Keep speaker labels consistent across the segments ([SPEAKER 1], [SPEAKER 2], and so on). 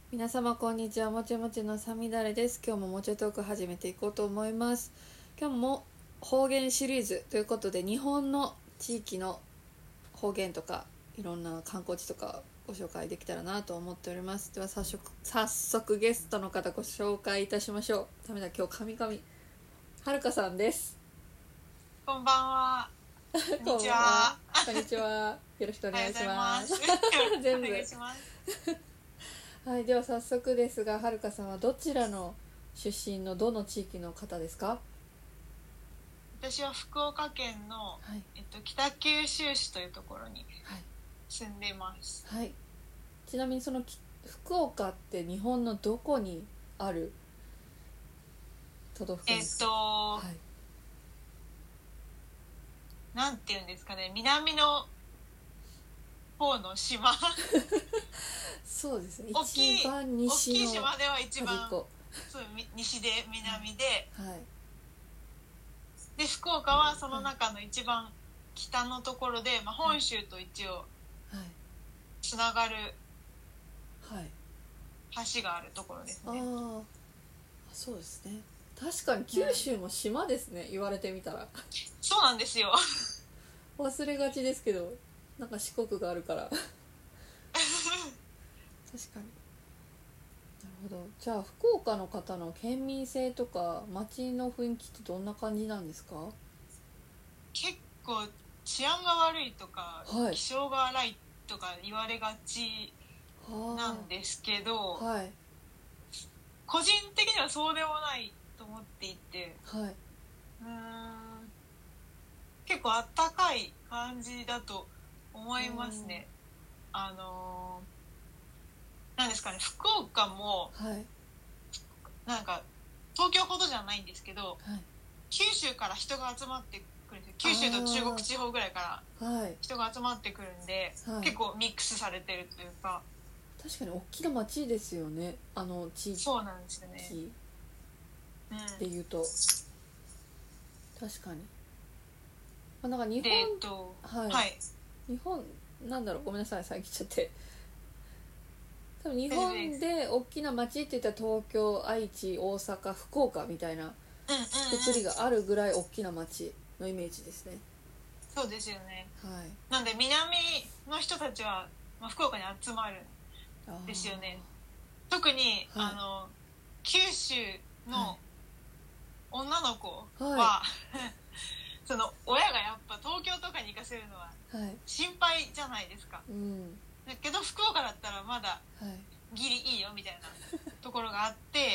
[SPEAKER 1] 皆様こんにちは。もちもちのさみだれです。今日ももちトーク始めていこうと思います。今日も方言シリーズということで、日本の地域の方言とかいろんな観光地とかご紹介できたらなと思っております。では早速ゲストの方ご紹介いたしましょう。ダメだ、今日神々はるかさんです。
[SPEAKER 2] こんばんは。
[SPEAKER 1] こんばんは。こんにちは。よろしくお
[SPEAKER 2] おはようござい
[SPEAKER 1] 願いしま
[SPEAKER 2] ます。
[SPEAKER 1] 全部
[SPEAKER 2] お願いします。
[SPEAKER 1] はい、では早速ですが、はるかさんはどちらの出身のどの地域の方ですか？
[SPEAKER 2] 私は福岡県の、
[SPEAKER 1] はい
[SPEAKER 2] 北九州市というところに
[SPEAKER 1] はい
[SPEAKER 2] 住んでいます。
[SPEAKER 1] はい。ちなみに福岡って日本のどこにある都道府県ですか？はい。
[SPEAKER 2] なんていうんですかね、南の方の島。
[SPEAKER 1] そうですね。
[SPEAKER 2] 大きい
[SPEAKER 1] 一番
[SPEAKER 2] 大
[SPEAKER 1] 西の
[SPEAKER 2] きい島では一番
[SPEAKER 1] 端っこ。
[SPEAKER 2] そう西で南で、
[SPEAKER 1] はい
[SPEAKER 2] で福岡はその中の一番北のところで、本州と一応
[SPEAKER 1] はい
[SPEAKER 2] つながる
[SPEAKER 1] はい。
[SPEAKER 2] 橋があるところですね。
[SPEAKER 1] ああ、そうですね。確かに九州も島ですね。言われてみたら。
[SPEAKER 2] そうなんですよ。
[SPEAKER 1] 忘れがちですけど、なんか四国があるから。確かに。なるほど。じゃあ福岡の方の県民性とか街の雰囲気ってどんな感じなんですか？
[SPEAKER 2] 結構治安が悪いとか、
[SPEAKER 1] はい。
[SPEAKER 2] 気性が荒いとか言われがち
[SPEAKER 1] は
[SPEAKER 2] なんですけど、
[SPEAKER 1] あ。はい
[SPEAKER 2] 個人的にはそうでもないと思っていて、
[SPEAKER 1] はい。
[SPEAKER 2] 結構あったかい感じだと思いますね。なんですかね、福岡も
[SPEAKER 1] はい
[SPEAKER 2] なんか東京ほどじゃないんですけど、
[SPEAKER 1] はい
[SPEAKER 2] 九州から人が集まってくるんですよ。九州と中国地方ぐらいから
[SPEAKER 1] はい
[SPEAKER 2] 人が集まってくるんで、
[SPEAKER 1] はい。
[SPEAKER 2] 結構ミックスされてるというか。
[SPEAKER 1] 確かに大きな町ですよね、あの地域
[SPEAKER 2] そうなんですよね。
[SPEAKER 1] でいうと。確かに、なんか日
[SPEAKER 2] で
[SPEAKER 1] 本、はい、
[SPEAKER 2] はい、
[SPEAKER 1] 日本なんだろう、ごめんなさい遮っちゃって。多分日本で大きな町って言ったら東京、愛知、大阪、福岡みたいなくくりがあるぐらい大きな町のイメージですね。
[SPEAKER 2] そうですよね。
[SPEAKER 1] はい
[SPEAKER 2] なんで南の人たちは、福岡に集まるん
[SPEAKER 1] あ
[SPEAKER 2] ですよね。特に、九州の女の子は、その親がやっぱ東京とかに行かせるのは心配じゃないですか。だけど福岡だったらまだギリいいよみたいなところがあって、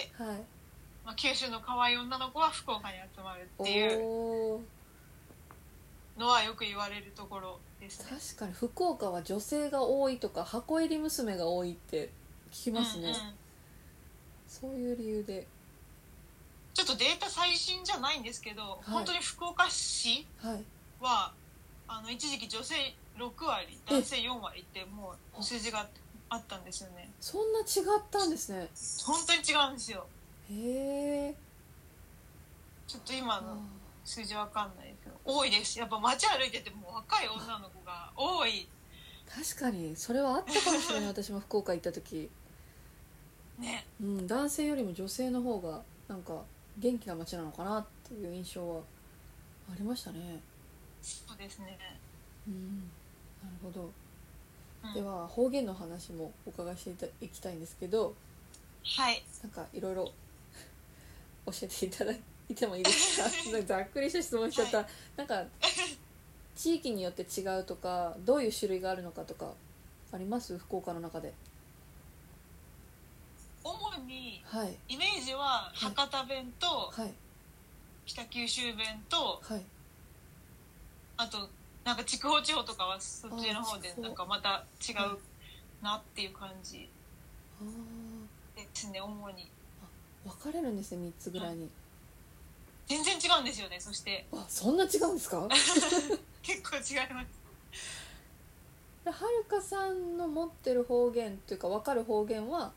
[SPEAKER 2] 九州の可愛い女の子は福岡に集まるっていうのはよく言われるところですね。
[SPEAKER 1] 確かに福岡は女性が多いとか箱入り娘が多いって聞きますね。そういう理由で。
[SPEAKER 2] ちょっとデータ最新じゃないんですけど、本当に福岡市は、一時期女性6割男性4割ってもう数字があったんですよね。
[SPEAKER 1] そんな違ったんですね。
[SPEAKER 2] 本当に違うんですよ。
[SPEAKER 1] へえ。
[SPEAKER 2] ちょっと今の数字わかんないですけど多いです。やっぱ街歩いてても若い女の子が多い。
[SPEAKER 1] 確かにそれはあったかもしれない。私も福岡行った時
[SPEAKER 2] ね、
[SPEAKER 1] 男性よりも女性の方がなんか元気な街なのかなっていう印象はありましたね。
[SPEAKER 2] そうですね。
[SPEAKER 1] なるほど。では方言の話もお伺いしていきたいんですけど、
[SPEAKER 2] はい、
[SPEAKER 1] なんかいろいろ教えていただいてもいいですか？ざっくりした質問しちゃった、なんか地域によって違うとか、どういう種類があるのかとかあります？福岡の中で。
[SPEAKER 2] 主にイメージは博多弁と北九州弁と、あとなんか筑豊地方とかはそっちの方でなんかまた違うなっていう感じですね。主に
[SPEAKER 1] 分かれるんですね、3つぐらいに。
[SPEAKER 2] 全然違うんですよね。そして
[SPEAKER 1] そんな違うんですか？
[SPEAKER 2] 結構違います。
[SPEAKER 1] はるかさんの持ってる方言というか分かる方言は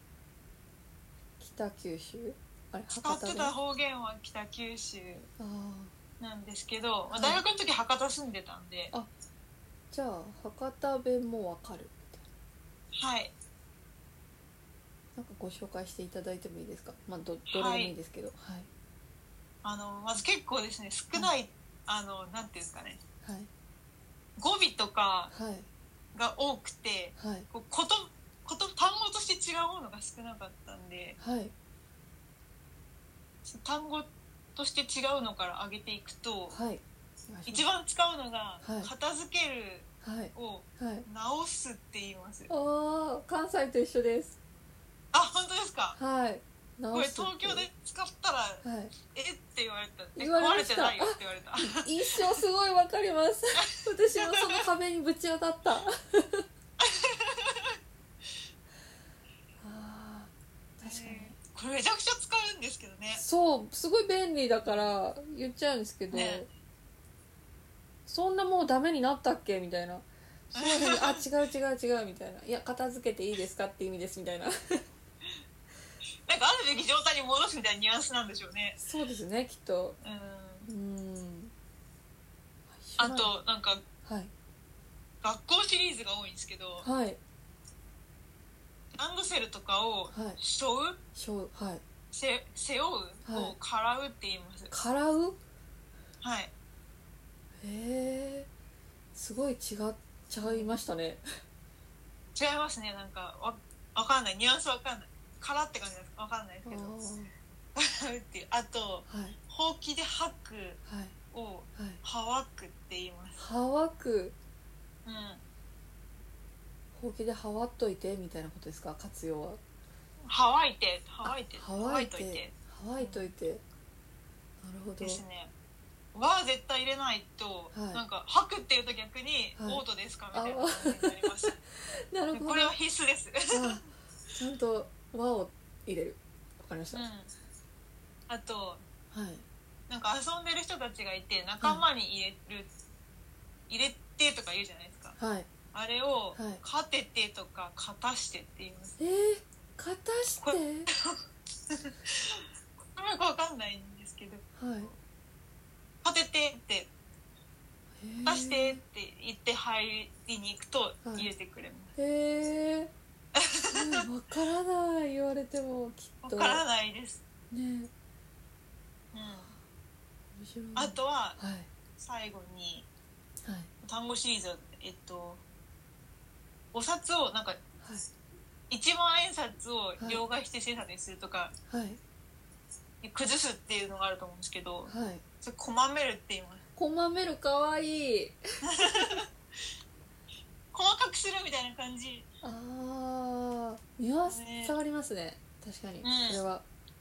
[SPEAKER 1] 北九州、
[SPEAKER 2] 使ってた方言は北九州なんですけど、大学の時博多住んでたんで、
[SPEAKER 1] じゃあ博多弁も分かる。
[SPEAKER 2] はい。
[SPEAKER 1] なんかご紹介していただいてもいいですか？まあ、どれでもいいですけど、はい、
[SPEAKER 2] まず結構ですね少ない、なんていうんですかね、
[SPEAKER 1] はい、
[SPEAKER 2] 語尾とかが多くて、
[SPEAKER 1] はい、
[SPEAKER 2] こう単語として違うものが少なかったんで、
[SPEAKER 1] はい、
[SPEAKER 2] 単語として違うのから上げていくと、
[SPEAKER 1] はい、
[SPEAKER 2] 一番使うのが、
[SPEAKER 1] はい、
[SPEAKER 2] 片付けるを直すって言います。
[SPEAKER 1] ああ、関西と一緒です。
[SPEAKER 2] あ、本当ですか？
[SPEAKER 1] はい。
[SPEAKER 2] これ東京で使ったら、はい、えって言われた。壊れてないよって言われた。
[SPEAKER 1] 一生すごいわかります。私もその壁にぶち当たった。ああ、確かに。
[SPEAKER 2] これめちゃくちゃ使うんですけどね。
[SPEAKER 1] そう、すごい便利だから言っちゃうんですけど、ね、そんなもうダメになったっけみたいな。そういうふうに、あ、違うみたいな。いや、片付けていいですかって意味ですみたいな。
[SPEAKER 2] なんかあるべき状態に戻すみたいなニュアンスなんでしょうね。
[SPEAKER 1] そうですね、きっと。
[SPEAKER 2] あとなんか、
[SPEAKER 1] はい、
[SPEAKER 2] 学校シリーズが多いんですけど、
[SPEAKER 1] はい、
[SPEAKER 2] ランドセルとかを背負う、
[SPEAKER 1] はい、
[SPEAKER 2] 背負うをからうって言います。
[SPEAKER 1] からう？
[SPEAKER 2] はい。
[SPEAKER 1] へえ、すごい違っちゃいましたね。
[SPEAKER 2] 違いますね。なんかわかんない、ニュアンスわかんない、からって感じですか？わかんないですけどっていう。あと、はい、ほうきで吐くをはわくって言います。
[SPEAKER 1] はわく、
[SPEAKER 2] うん、
[SPEAKER 1] ほうきではわっといてみたいなことですか？活用は
[SPEAKER 2] 乾いといて、
[SPEAKER 1] なるほど
[SPEAKER 2] ですね。は絶対入れないと、はい、なんか吐くっていうと逆に、はい、オートですかみたいな感じになります。なるほど、これは必須です。
[SPEAKER 1] ちゃんと和を入れる。わかりました。
[SPEAKER 2] あと、
[SPEAKER 1] はい、
[SPEAKER 2] なんか遊んでる人たちがいて仲間に入れてとか言うじゃないですか。はい、あれを、はい、勝ててとか勝たしてって言います。
[SPEAKER 1] 勝たして？
[SPEAKER 2] これよくわかんないんですけど、はい、勝ててって出してって言って入りに行くと入れてくれます。
[SPEAKER 1] へえ、分からない、言われてもきっと
[SPEAKER 2] 分からないですね。うん、あとは、はい、最後に、はい、単語シリーズ、お札をなんか、はい、1万円札を両替して千札にするとか、はい、崩すっていうのがあると思うんですけど、はい、それこまめるって言います。
[SPEAKER 1] こまめる、かわいい。
[SPEAKER 2] 細かくするみたいな感じ。
[SPEAKER 1] ああ、見やすさがりますね。確かに、それは。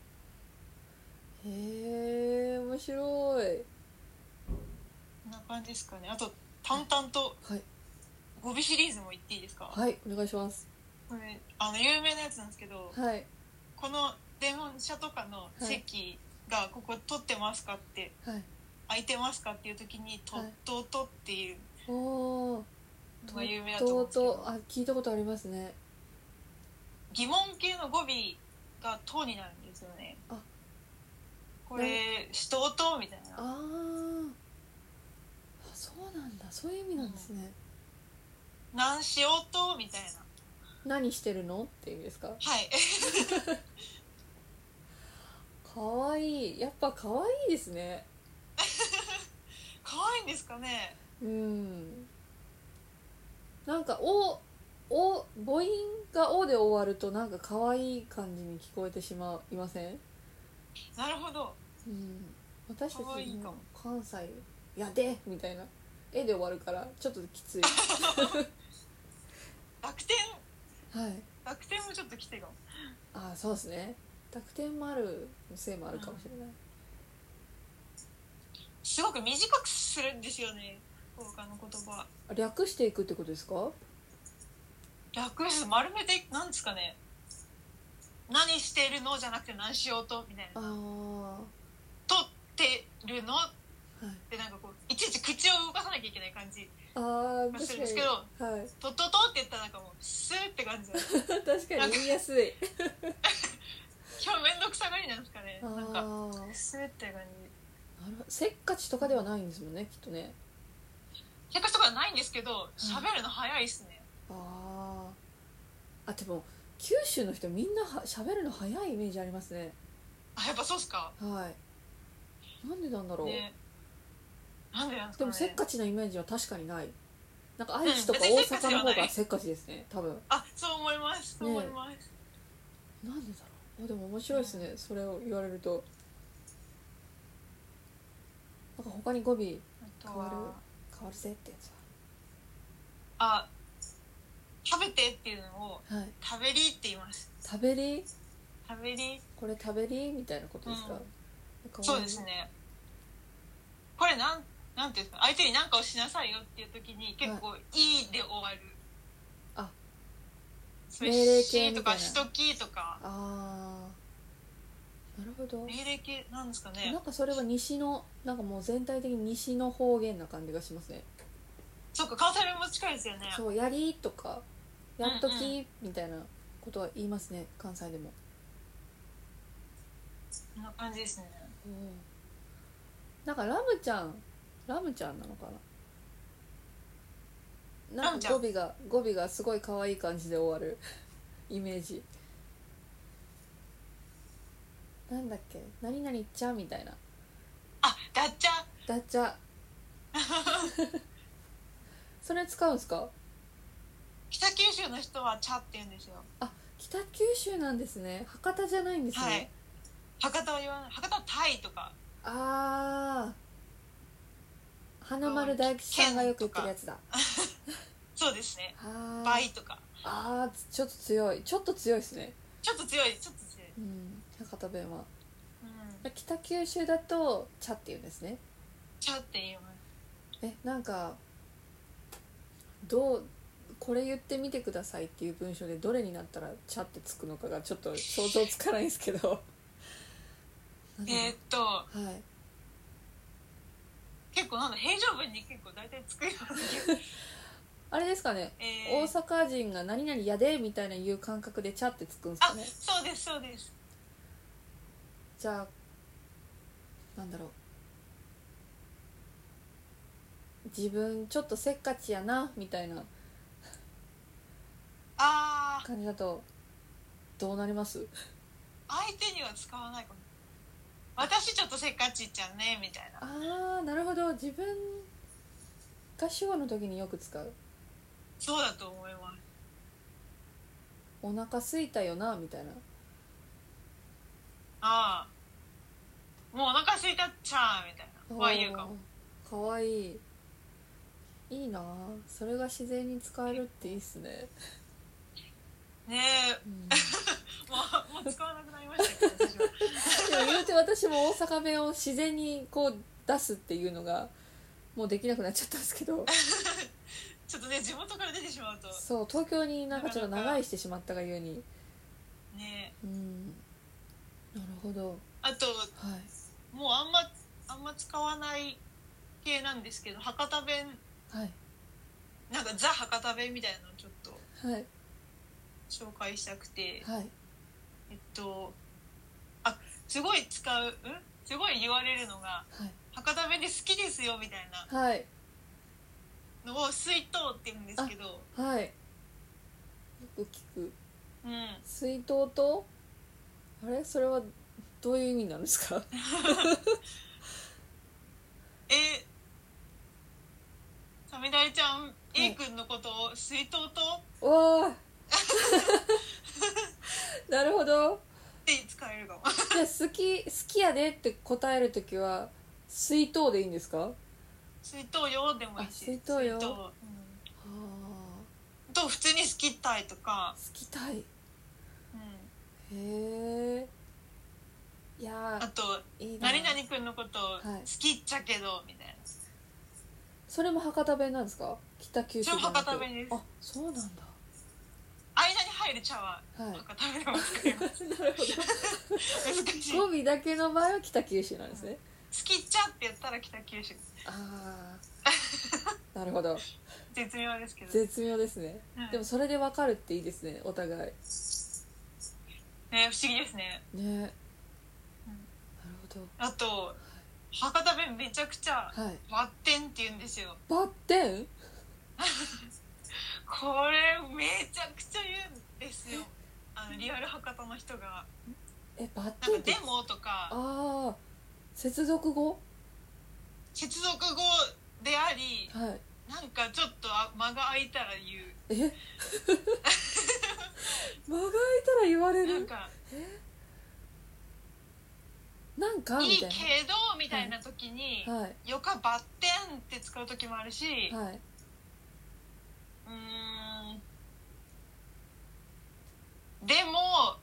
[SPEAKER 1] へえ、面白い。
[SPEAKER 2] こんな感じですかね。あと淡々と、はい、語尾シリーズも言っていいですか？
[SPEAKER 1] はい、お願いします。
[SPEAKER 2] これ有名なやつなんですけど、はい、この電車とかの席がここ取ってますかって、はい、空いてますかっていう時にとっととっていうのが有名だと思うんですけど、
[SPEAKER 1] あ、聞いたことありますね。
[SPEAKER 2] 疑問系の語尾がとになるんですよね。あ、これしとうとみたいな。あ、
[SPEAKER 1] そうなんだ、そういう意味なんですね。
[SPEAKER 2] なんしようとみたいな。
[SPEAKER 1] 何してるのっていう意味ですか？
[SPEAKER 2] はい。
[SPEAKER 1] かわいい。やっぱかわいいですね。
[SPEAKER 2] かわいいんですかね。
[SPEAKER 1] うん。なんか母音が「お」で終わるとなんか可愛い感じに聞こえてしまいません？
[SPEAKER 2] なるほど。
[SPEAKER 1] うん、私たちの関西「やで」みたいな「え」で終わるからちょっときつい。
[SPEAKER 2] 濁点、
[SPEAKER 1] はい、
[SPEAKER 2] 濁点もちょっときてるかも。
[SPEAKER 1] あ、そうですね。濁点もあるせいもあるかもしれない。
[SPEAKER 2] すごく短くするんですよね、他の言葉。
[SPEAKER 1] 略していくってことですか？
[SPEAKER 2] 略す、丸めて、なんですかね、何してるのじゃなくて何しようとみたいな。撮ってるの、はい、でなんかこういちいち口を動かさなきゃいけない感じがするんですけど、はい、とっととって言ったらなんかもうスーって感じ。
[SPEAKER 1] 確かに言いやすい。
[SPEAKER 2] 今日めんどくさがりなんですかね。なんかスーって感じ。
[SPEAKER 1] せっかちとかではないんですもんね、きっとね。
[SPEAKER 2] せっかちとかはないんですけど、喋るの早いっすね。
[SPEAKER 1] あ、でも九州の人みんな喋るの早いイメージありますね。
[SPEAKER 2] あ、やっぱそうっすか。
[SPEAKER 1] はい。なんでなんだろう、ね、
[SPEAKER 2] なんでなんですかね。
[SPEAKER 1] でもせっかちなイメージは確かにない。なんか愛知とか大阪の方がせっかちですね、多分。
[SPEAKER 2] あ、そう思います、そう思います、ね、
[SPEAKER 1] なんでだろう。でも面白いですね、それを言われると。なんか他に語尾変わるぜってやつ
[SPEAKER 2] は、あ、食べてっていうのを、はい、食べりって言います。
[SPEAKER 1] 食べり、
[SPEAKER 2] 食べり、
[SPEAKER 1] これ食べりみたいなことですか、
[SPEAKER 2] そうですね。これなんていうんですか、相手に何かをしなさいよっていう時に結構いいで終わる、
[SPEAKER 1] あ、
[SPEAKER 2] 命令系とかしときとか。
[SPEAKER 1] ああ、なるほど。
[SPEAKER 2] 命令系なんですかね。
[SPEAKER 1] なんかそれは西の、なんかもう全体的に西の方言な感じがしますね。
[SPEAKER 2] そうか、関西弁も近いですよね。
[SPEAKER 1] そう、やりとかやっときみたいなことは言いますね、関西でも。
[SPEAKER 2] そんな感じですね。
[SPEAKER 1] なんかラムちゃんなのかな。なんか語尾がすごい可愛い感じで終わるイメージ。なんだっけ、何々ちゃみたいな。
[SPEAKER 2] あ、だっちゃ。
[SPEAKER 1] だっちゃそれ使うんですか？
[SPEAKER 2] 北九州の人は茶って言うんですよ。
[SPEAKER 1] あ、北九州なんですね。博多じゃないんですね。はい、
[SPEAKER 2] 博多は言わない。博多はタイとか。
[SPEAKER 1] ああ、花丸大吉さんがよく言ってるやつだ
[SPEAKER 2] そうですね。倍とか。
[SPEAKER 1] ああ、ちょっと強いですね。
[SPEAKER 2] ちょっと強い、
[SPEAKER 1] うん、博多弁は、うん、北九州だと茶って言うんですね。
[SPEAKER 2] 茶って言います。
[SPEAKER 1] なんかこれ言ってみてくださいっていう文章でどれになったら茶ってつくのかがちょっと想像つかないんですけど
[SPEAKER 2] はい、結構平常文に結構大体つくような
[SPEAKER 1] あれですかね、大阪人が何々やでみたいな言う感覚で茶ってつくんですかね。
[SPEAKER 2] そうですそうです。
[SPEAKER 1] じゃあなんだろう、自分ちょっとせっかちやなみたいな感じだとどうなります？
[SPEAKER 2] 相手には使わないかも。私ちょっとせっかちちゃんねみたいな。
[SPEAKER 1] ああ、なるほど。自分が主語の時によく使う。
[SPEAKER 2] そうだと思います。
[SPEAKER 1] お腹すいたよなみたいな。
[SPEAKER 2] ああ、もうお腹すいたっちゃみたいなは言うかも。
[SPEAKER 1] かわいい。いいな、それが自然に使えるっていいっすね。
[SPEAKER 2] ねえ、うん、もう使わなくなりましたけど私は
[SPEAKER 1] でも言うて私も大阪弁を自然にこう出すっていうのがもうできなくなっちゃったんですけど
[SPEAKER 2] ちょっとね、地元から出てしまうと。
[SPEAKER 1] そう、東京になんかちょっと長居してしまったがゆえに
[SPEAKER 2] ね、
[SPEAKER 1] うん、なるほど。
[SPEAKER 2] あと、はい、もうあんま使わない系なんですけど、博多弁、はい、なんかザ博多弁みたいなのをちょっと、はい、紹介したくて、はい、すごいすごい言われるのが、はい、博多弁で好きですよみたいなのを水筒って言うんですけど、
[SPEAKER 1] はい、よく聞く、
[SPEAKER 2] うん、
[SPEAKER 1] 水筒とあれ、それはどういう意味なんですか
[SPEAKER 2] さみだれちゃん、A 君のことを水筒と
[SPEAKER 1] わあなるほど
[SPEAKER 2] って使えるかも
[SPEAKER 1] じゃあ好きやでって答えるときは水筒でいいんですか？
[SPEAKER 2] 水筒よでもいいし、
[SPEAKER 1] 水筒よ、
[SPEAKER 2] と普通に好きたいとか、
[SPEAKER 1] 好きたい、うん、へえ。いや
[SPEAKER 2] あといいな、何々君のこと好きっちゃけどみたいな。
[SPEAKER 1] それも博多弁なんですか？北九州
[SPEAKER 2] じゃなくて。博多弁です。
[SPEAKER 1] あ、そうなんだ。
[SPEAKER 2] 間に入る茶は博多弁でも使います、
[SPEAKER 1] なるほど難しい。語尾だけの場合は北九州なんですね、
[SPEAKER 2] 好きっちゃって言ったら北九州。
[SPEAKER 1] ああなるほど
[SPEAKER 2] 絶妙ですけど。
[SPEAKER 1] 絶妙ですね、でもそれで分かるっていいですね、お互いね。
[SPEAKER 2] 不思議ですね。
[SPEAKER 1] ね、なるほど。
[SPEAKER 2] あと博多弁めちゃくちゃバッテンって言うんですよ。
[SPEAKER 1] バッテン
[SPEAKER 2] これめちゃくちゃ言うんですよ。 リアル博多の人が
[SPEAKER 1] バッ
[SPEAKER 2] なんか
[SPEAKER 1] テンって
[SPEAKER 2] デモとか
[SPEAKER 1] 接続語
[SPEAKER 2] 接続語であり、
[SPEAKER 1] はい
[SPEAKER 2] なんかちょっと間が空いたら言う
[SPEAKER 1] 間が空いたら言われる
[SPEAKER 2] なんか
[SPEAKER 1] なんかみたいな
[SPEAKER 2] いいけどみたいな時に、
[SPEAKER 1] はい、
[SPEAKER 2] よかバッテンって使う時もあるし、
[SPEAKER 1] はい、
[SPEAKER 2] でも、
[SPEAKER 1] はい、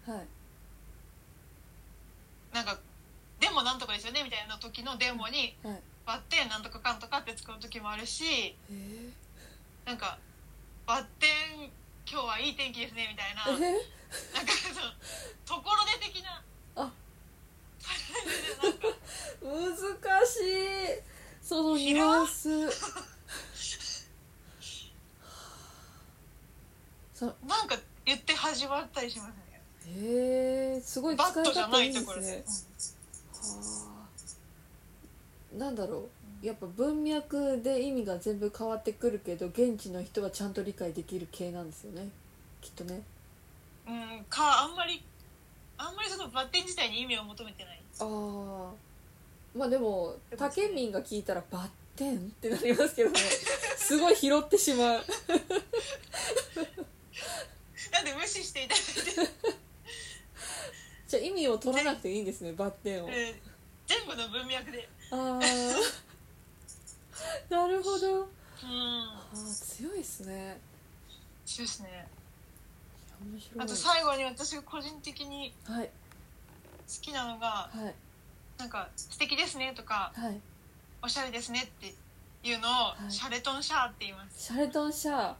[SPEAKER 2] なんかでもなんとかですよねみたいな時のデモに、
[SPEAKER 1] はい、
[SPEAKER 2] バッテンなんとかかんとかって使う時もあるし、なんかバッテン今日はいい天気ですねみたいな、なんかところで的な
[SPEAKER 1] 難しいそのニュアンス
[SPEAKER 2] なんか言って始まったりします
[SPEAKER 1] ね。すごい使い方いいですね。
[SPEAKER 2] バットじゃないところで、
[SPEAKER 1] なんだろう、やっぱ文脈で意味が全部変わってくるけど現地の人はちゃんと理解できる系なんですよね、きっとね。
[SPEAKER 2] あんまりそのバッテン自体に意味を求めてない。
[SPEAKER 1] まあでも他県民が聞いたらバッテンってなりますけどねすごい拾ってしまう
[SPEAKER 2] なんで無視していただいて
[SPEAKER 1] じゃあ意味を取らなくていいんですね、バッテンを、
[SPEAKER 2] 全部の文脈で
[SPEAKER 1] なるほど。
[SPEAKER 2] 強
[SPEAKER 1] いですね。
[SPEAKER 2] 強いですね。
[SPEAKER 1] 面白い。
[SPEAKER 2] あと最後に私が個人的に好きなのが、なんか素敵ですねとか、おしゃれですねっていうのを、シャレトンシャーって言います。
[SPEAKER 1] シャレトンシャー。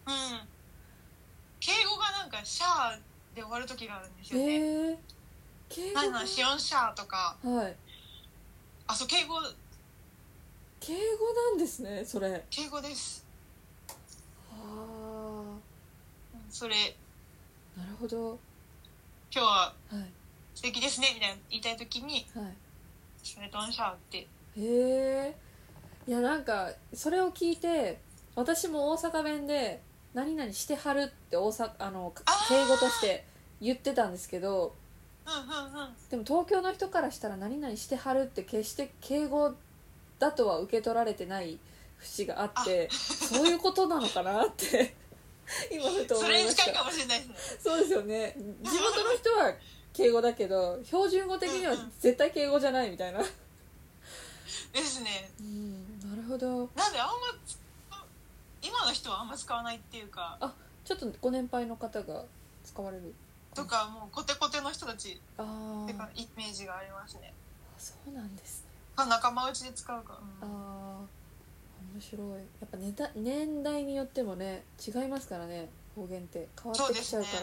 [SPEAKER 2] 敬語がなんかシャーで終わる時があるんですよね。何々シオンシャーとか。そう敬語
[SPEAKER 1] なんですね、それ。
[SPEAKER 2] 敬語です。それ
[SPEAKER 1] なるほど。
[SPEAKER 2] 今日は素敵ですねみたいな言いたい時に、シャレトンシャーって。
[SPEAKER 1] いやなんかそれを聞いて私も大阪弁で何々してはるって敬語として言ってたんですけど、でも東京の人からしたら何々してはるって決して敬語だとは受け取られてない節があってそういうことなのかなって今ふと思いました。
[SPEAKER 2] それに近いかもしれないですね。
[SPEAKER 1] そうですよね。地元の人は敬語だけど標準語的には絶対敬語じゃないみたいな
[SPEAKER 2] ですね。
[SPEAKER 1] なるほど。
[SPEAKER 2] なんで今の人はあんま使わないっていうか、
[SPEAKER 1] ちょっとご年配の方が使われる
[SPEAKER 2] とか、もうコテコテの人たちってかイメージがありますね。
[SPEAKER 1] そうなんですね。
[SPEAKER 2] 仲間内で使うか。
[SPEAKER 1] 面白い。やっぱ年代によってもね違いますからね、方言って変わってきちゃうから。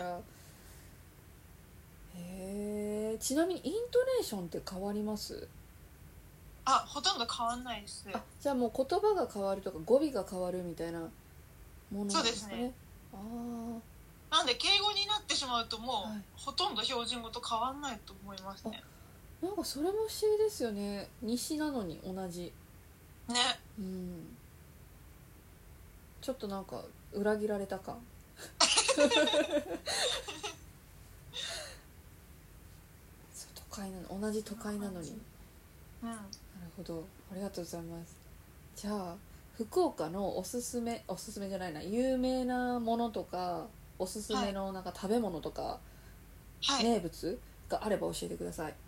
[SPEAKER 1] ちなみにイントネーションって変わります？
[SPEAKER 2] ほとんど変わんないです。
[SPEAKER 1] じゃあもう言葉が変わるとか語尾が変わるみたいなものなんですかね。
[SPEAKER 2] そうですね。なんで敬語になってしまうともう、ほとんど標準語と変わんないと思いますね。
[SPEAKER 1] なんかそれも不思議ですよね。西なのに同じ
[SPEAKER 2] ね。
[SPEAKER 1] ちょっとなんか裏切られた感同じ都会なのに。なるほど、ありがとうございます。じゃあ福岡のおすすめじゃないな、有名なものとかおすすめのなんか食べ物とか、名物があれば教えてください。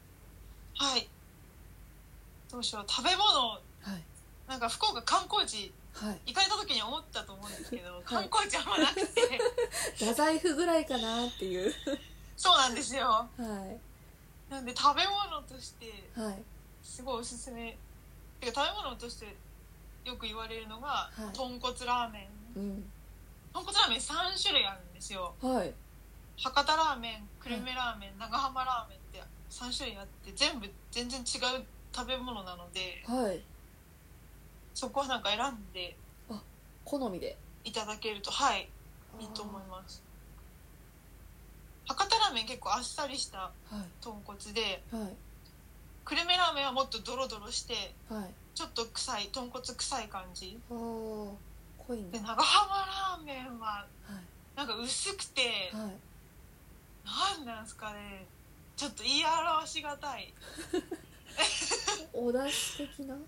[SPEAKER 2] どうしよう。食べ物、なんか福岡観光地、行かれた時に思ったと思うんですけど、観光地あんまなくて
[SPEAKER 1] 太宰府ぐらいかなっていう
[SPEAKER 2] そうなんですよ。なんで食べ物としてすごいおすすめ、食べ物としてよく言われるのが、豚骨ラーメン。豚骨ラーメン3種類あるんですよ。博多ラーメン、久留米ラーメン、長浜ラーメンって3種類あって、全然違う食べ物なので、そこはなんか選んで
[SPEAKER 1] 好みで
[SPEAKER 2] いただけるといいと思います。博多ラーメン結構あっさりした豚骨で、久留米ラーメンはもっとドロドロして、ちょっと豚骨臭い感じ
[SPEAKER 1] 濃いんだ。
[SPEAKER 2] で長浜ラーメンはなんか薄くて、なんなんですかね、ちょっと言い表しがたい
[SPEAKER 1] お出汁的な、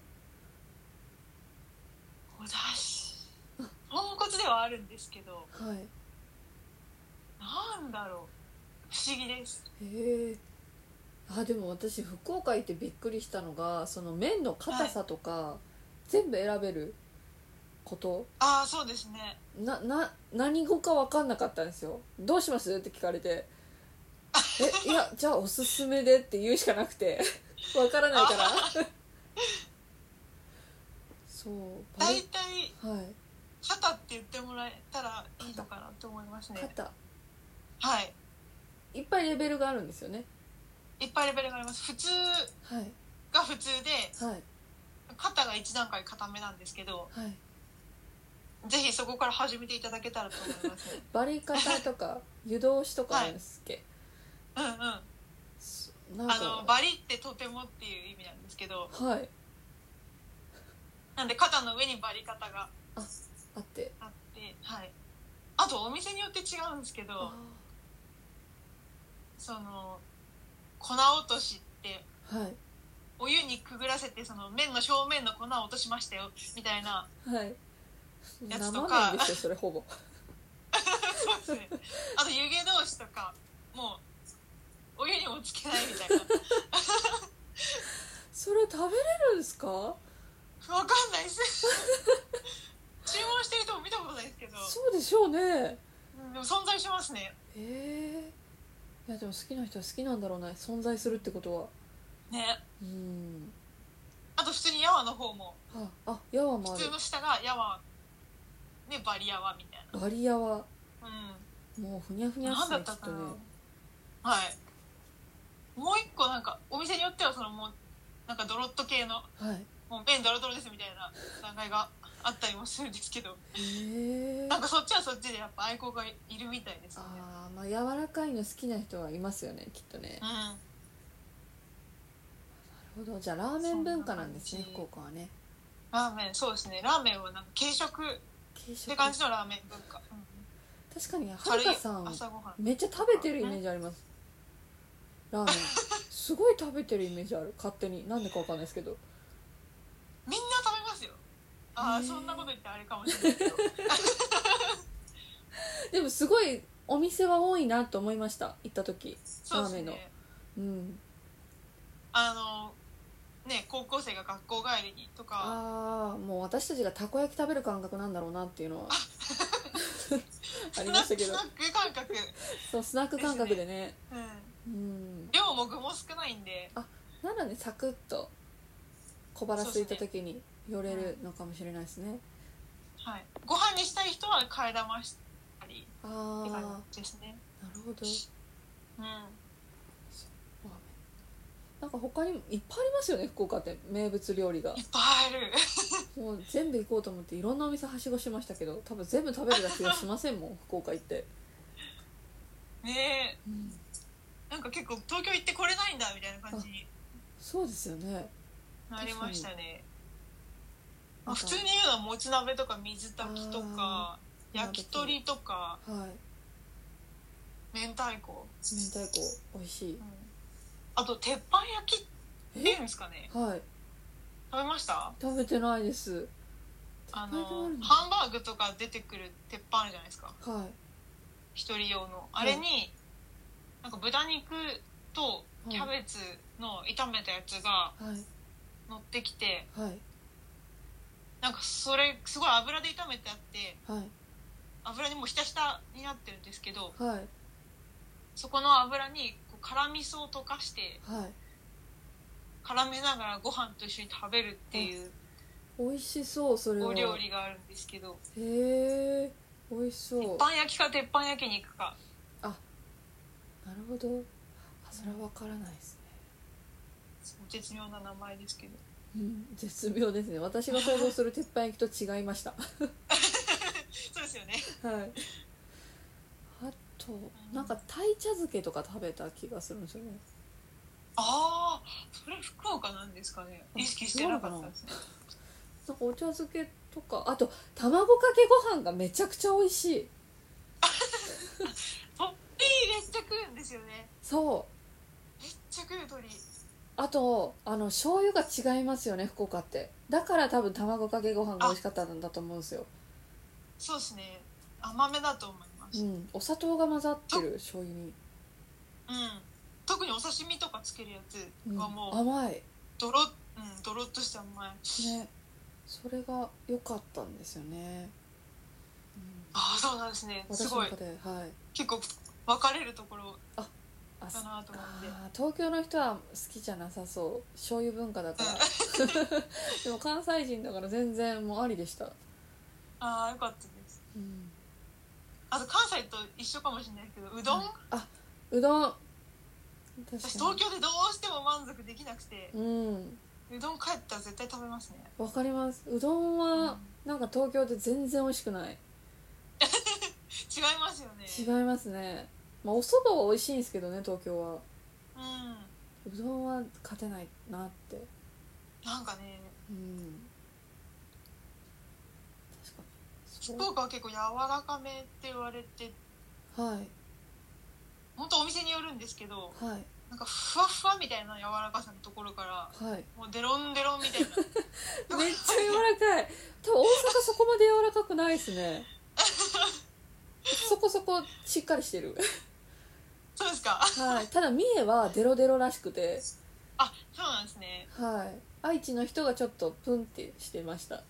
[SPEAKER 2] お出汁ポンコツではあるんですけど、
[SPEAKER 1] はい、
[SPEAKER 2] なんだろう、不思議です。
[SPEAKER 1] でも私福岡行ってびっくりしたのが、その麺の硬さとか、全部選べること。
[SPEAKER 2] ああ、そうですね。
[SPEAKER 1] 何語か分かんなかったんですよ。どうしますって聞かれて、いやじゃあおすすめでって言うしかなくて分からないからそう
[SPEAKER 2] 大体
[SPEAKER 1] はい
[SPEAKER 2] 肩って言ってもらえたらいいのかなと思いますね。
[SPEAKER 1] 肩、
[SPEAKER 2] はい、
[SPEAKER 1] いっぱいレベルがあるんですよね。
[SPEAKER 2] いっぱいレベルがあります。普通が普通で、
[SPEAKER 1] はい、
[SPEAKER 2] 肩が1段階固めなんですけど、
[SPEAKER 1] はい、
[SPEAKER 2] ぜひそこから始めていただけたらと思いますね
[SPEAKER 1] バリカタとか湯通しとかあるんですっけ、
[SPEAKER 2] うんうん、
[SPEAKER 1] なんか
[SPEAKER 2] バリってとてもっていう意味なんですけど、
[SPEAKER 1] はい、
[SPEAKER 2] なんで肩の上にバリカタが
[SPEAKER 1] あって、
[SPEAKER 2] はい、あとお店によって違うんですけど、その粉落としって、
[SPEAKER 1] はい、
[SPEAKER 2] お湯にくぐらせてその麺の表面の粉を落としましたよみたいなやつとか、
[SPEAKER 1] 生麺ですよそれほぼ
[SPEAKER 2] そうですね。あと湯気同士とかもうお湯にもつけないみたいな
[SPEAKER 1] それ食べれるんですか？
[SPEAKER 2] わかんないです注文してる人も見たことないですけど、
[SPEAKER 1] そうでしょうね、
[SPEAKER 2] でも存在しますね。
[SPEAKER 1] いやでも好きな人は好きなんだろうな、存在するってことは
[SPEAKER 2] ね。
[SPEAKER 1] うん
[SPEAKER 2] あと普通にヤワの方も、
[SPEAKER 1] ヤワもある。
[SPEAKER 2] 普通の下がヤワね、バリヤワみたいな。
[SPEAKER 1] バリヤワ、
[SPEAKER 2] うん、
[SPEAKER 1] もうふにゃふにゃっすねきっとね。
[SPEAKER 2] はい。もう一個なんかお店によってはそのもうなんかドロッと系の、
[SPEAKER 1] はい、
[SPEAKER 2] もう麺ドロドロですみたいな段階があったりもするんですけど、なんかそっちはそっちでやっぱ愛好がいるみたいですね。
[SPEAKER 1] まあ柔らかいの好きな人はいますよねきっとね。
[SPEAKER 2] うん。な
[SPEAKER 1] るほど、じゃあラーメン文化なんですね福岡はね。
[SPEAKER 2] ラーメン、そうですね。ラーメンはなんか軽食って感じのラーメン文化。
[SPEAKER 1] 確かにはるかさんめっちゃ食べてるイメージあります。ラーメンすごい食べてるイメージある、勝手になんでかわかんないですけど。
[SPEAKER 2] みんな食べますよ。そんなこと言ってあれかもしれないけど
[SPEAKER 1] でもすごいお店は多いなと思いました行った時。
[SPEAKER 2] そうですね、
[SPEAKER 1] ラーメンの
[SPEAKER 2] ね、高校生が学校帰りにとか、
[SPEAKER 1] もう私たちがたこ焼き食べる感覚なんだろうなっていうのはありましたけど、
[SPEAKER 2] スナック感覚
[SPEAKER 1] そうスナック感覚でね、
[SPEAKER 2] 量も具も少ないんで、
[SPEAKER 1] なのでサクッと小腹空いた時に寄れるのかもしれないですね。
[SPEAKER 2] はい、ご飯にしたい人は替え玉したりって感じですね。
[SPEAKER 1] なるほど。なんか他にもいっぱいありますよね福岡って名物料理が。
[SPEAKER 2] いっぱいある
[SPEAKER 1] もう全部行こうと思っていろんなお店はしごしましたけど、多分全部食べるだけはしませんもん福岡行って
[SPEAKER 2] ねえ、なんか結構東京行ってこれないんだみたいな感じに
[SPEAKER 1] そうですよね、
[SPEAKER 2] なりましたね。普通に言うのはもつ鍋とか水炊きとか焼き鳥とか、明太子
[SPEAKER 1] 美味しい、
[SPEAKER 2] あと鉄板焼きっていうんですかね。
[SPEAKER 1] はい、
[SPEAKER 2] 食べました？
[SPEAKER 1] 食べてないです。
[SPEAKER 2] ハンバーグとか出てくる鉄板あるじゃないですか、一人用のあれに、なんか豚肉とキャベツの炒めたやつが乗ってきて、なんかそれすごい油で炒めてあって、油にもうひたひたになってるんですけど、そこの油にこう辛味噌を溶かして、絡めながらご飯と一緒に食べるっていう
[SPEAKER 1] 美味しそう。それは
[SPEAKER 2] お料理があるんですけど、
[SPEAKER 1] へえ美味しそう。
[SPEAKER 2] 鉄板焼きか鉄板焼肉か。
[SPEAKER 1] なるほど。それは分からないですね。
[SPEAKER 2] 絶妙な名前ですけど、
[SPEAKER 1] 絶妙ですね。私が想像する鉄板焼きと違いました
[SPEAKER 2] そうですよね。
[SPEAKER 1] あとなんか鯛茶漬けとか食べた気がするんですよね。
[SPEAKER 2] それ福岡なんですかね。意識してなかったですね。
[SPEAKER 1] なんかお茶漬けとか、あと卵かけご飯がめちゃくちゃ美味しい
[SPEAKER 2] トッピー入れちゃ食うんですよね。
[SPEAKER 1] そう
[SPEAKER 2] めっちゃ食う鳥。
[SPEAKER 1] あと醤油が違いますよね、福岡って。だから多分卵かけご飯が美味しかったんだと思うんですよ。
[SPEAKER 2] そうですね、甘めだと思います。
[SPEAKER 1] お砂糖が混ざってる醤油に。
[SPEAKER 2] 特にお刺身とかつけるやつがもう、
[SPEAKER 1] 甘い
[SPEAKER 2] ドロッとして甘い
[SPEAKER 1] ね。それが良かったんですよね。
[SPEAKER 2] ああ、そうなんですね。すごい、
[SPEAKER 1] 私の中で、はい、
[SPEAKER 2] 結構分かれるところだなと思って。
[SPEAKER 1] 東京の人は好きじゃなさそう、醤油文化だからでも関西人だから全然もうありでした。
[SPEAKER 2] ああ、よかったです。あと関西と一緒かもしれないけど、うどん、
[SPEAKER 1] うどん、
[SPEAKER 2] 私東京でどうしても満足できなくて、うどん帰ったら絶対食べますね。
[SPEAKER 1] わかります。うどんはなんか東京で全然美味しくない。
[SPEAKER 2] 違いますよね。
[SPEAKER 1] 違いますね。お蕎麦は美味しいんですけどね、東京は。うどんは勝てないなって。
[SPEAKER 2] なんかね、
[SPEAKER 1] 確か
[SPEAKER 2] に福岡は結構柔らかめって言われて、
[SPEAKER 1] はい、
[SPEAKER 2] 本当お店によるんですけど、
[SPEAKER 1] はい、
[SPEAKER 2] なんかふわふわみたいな柔らかさのところから、
[SPEAKER 1] はい、
[SPEAKER 2] もうデロンデロンみたいな
[SPEAKER 1] めっちゃ柔らかい。多分大阪そこまで柔らかくないですねそこそこしっかりしてる
[SPEAKER 2] そうですか。
[SPEAKER 1] はい、ただ三重はデロデロらしくて。
[SPEAKER 2] あ、そうなんですね。
[SPEAKER 1] はい、愛知の人がちょっとプンってしてました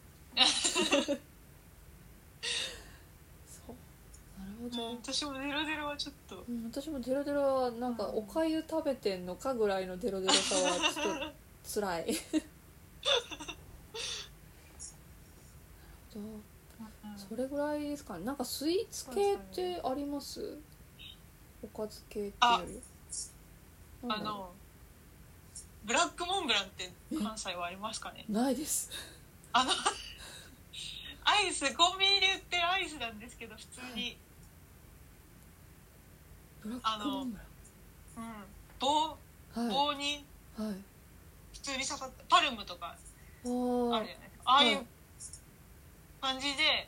[SPEAKER 1] そう、なるほど。
[SPEAKER 2] 私もデロデロはちょっと、
[SPEAKER 1] 私もデロデロはなんかおかゆ食べてんのかぐらいのデロデロさはちょっとつらいそれぐらいですかね。なんかスイーツ系ってあります？おかず系っていうより。
[SPEAKER 2] ブラックモンブランって関西はありますかね？
[SPEAKER 1] ないです。
[SPEAKER 2] アイス、コンビニで売ってるアイスなんですけど、普通に、
[SPEAKER 1] ブラックモンブラン、
[SPEAKER 2] 棒に、普通に刺さったパルムとかあるじゃないですか。ああいう感じで、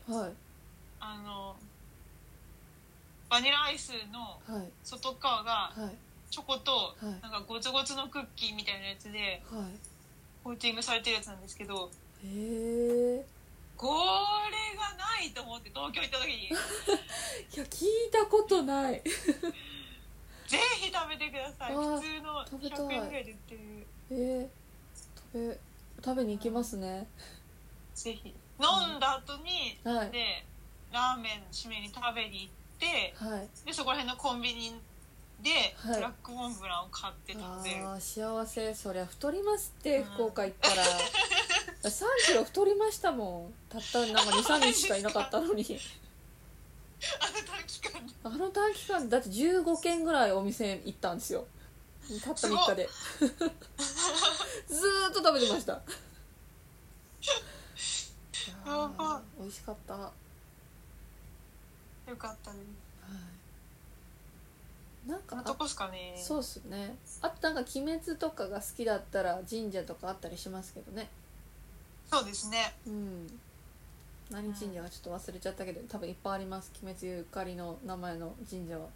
[SPEAKER 2] バニラアイスの外側がチョコとなんかゴツゴツのクッキーみたいなやつでコーティングされてるやつなんですけど、これがないと思って東京行った時にい
[SPEAKER 1] や、聞いたことない
[SPEAKER 2] ぜひ食べてください。普通の100円ぐらいで売ってる。
[SPEAKER 1] 食べに行きますね。
[SPEAKER 2] ぜひ。飲んだ後に、でラーメン締めに食べに行って、でそこら辺のコンビニでブラックモンブランを買って食べる。
[SPEAKER 1] 幸せ。そりゃ太りますって、福岡行ったら3キロ太りましたもん。たったなんか 2,3 日しかいなかったのにあの短期間だって15軒ぐらいお店行ったんですよ、たった3日でずーっと食べてました。美味しかった。
[SPEAKER 2] よかったね。
[SPEAKER 1] なんか
[SPEAKER 2] どこっすかね。
[SPEAKER 1] そうっすね。あとなんか鬼滅とかが好きだったら神社とかあったりしますけどね。
[SPEAKER 2] そうですね。
[SPEAKER 1] 何神社かちょっと忘れちゃったけど、多分いっぱいあります。鬼滅ゆかりの名前の神社は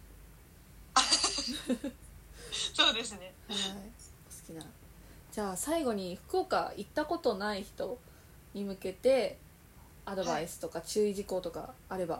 [SPEAKER 2] そうですね。
[SPEAKER 1] 好きなら。じゃあ最後に福岡行ったことない人に向けてアドバイスとか注意事項とかあれば。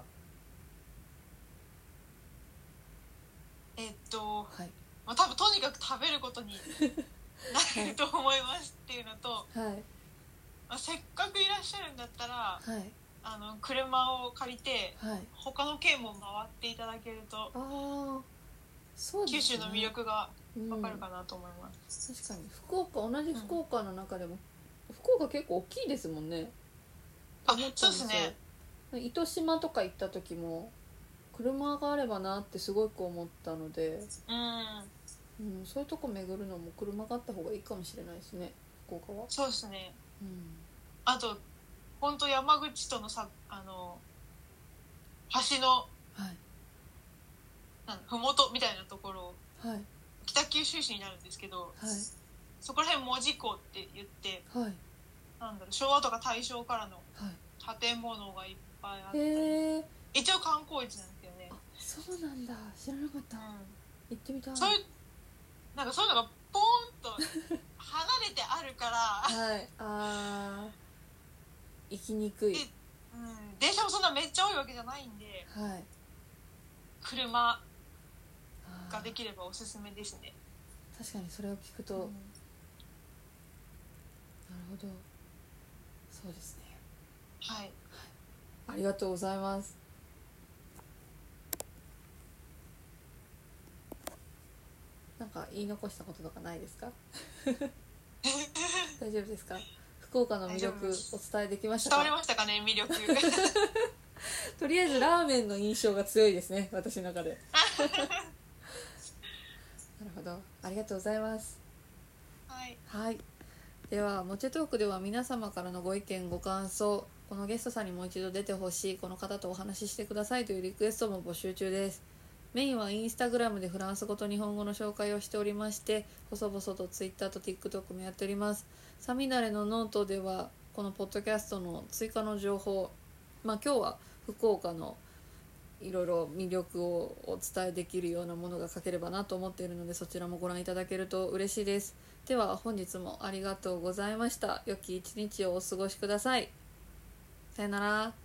[SPEAKER 2] 多分とにかく食べることになると思いますっていうのと、せっかくいらっしゃるんだったら、車を借りて、他の県も回っていただけると、九州の魅力が分かるかなと思います。
[SPEAKER 1] 確かに同じ福岡の中でも、福岡結構大きいですもんね。
[SPEAKER 2] そうですね。
[SPEAKER 1] 糸島とか行った時も車があればなってすごく思ったので、そういうとこ巡るのも車があった方がいいかもしれないですね、福岡は。
[SPEAKER 2] そうですね。あと本当山口との橋のふもとみたいなところ、北九州市になるんですけど、そこら辺門司港って言って、昭和とか大正からの建物がいっぱいあったり、一応観光地なんですよね。
[SPEAKER 1] そうなんだ、知らなかった、行ってみたい。
[SPEAKER 2] そういうなんかそういうのがポーンと離れてあるから
[SPEAKER 1] はい、行きにくい。
[SPEAKER 2] 電車もそんなめっちゃ多いわけじゃないんで、
[SPEAKER 1] はい、
[SPEAKER 2] 車ができればおすすめですね。
[SPEAKER 1] 確かにそれを聞くと、なるほど、そうですね。
[SPEAKER 2] はい、はい、
[SPEAKER 1] ありがとうございます。なんか言い残したこととかないですか？大丈夫ですか？福岡の魅力お伝えできましたか？
[SPEAKER 2] 伝わりましたかね、魅力。
[SPEAKER 1] とりあえずラーメンの印象が強いですね、私の中で。なるほど、ありがとうございます。
[SPEAKER 2] はい、
[SPEAKER 1] はい、ではモチェトークでは皆様からのご意見ご感想、このゲストさんにもう一度出てほしい、この方とお話ししてくださいというリクエストも募集中です。メインはインスタグラムでフランス語と日本語の紹介をしておりまして、細々とツイッターと TikTok もやっております。サミダレのノートではこのポッドキャストの追加の情報、今日は福岡のいろいろ魅力をお伝えできるようなものが書ければなと思っているので、そちらもご覧いただけると嬉しいです。では本日もありがとうございました。良き一日をお過ごしください。さよなら。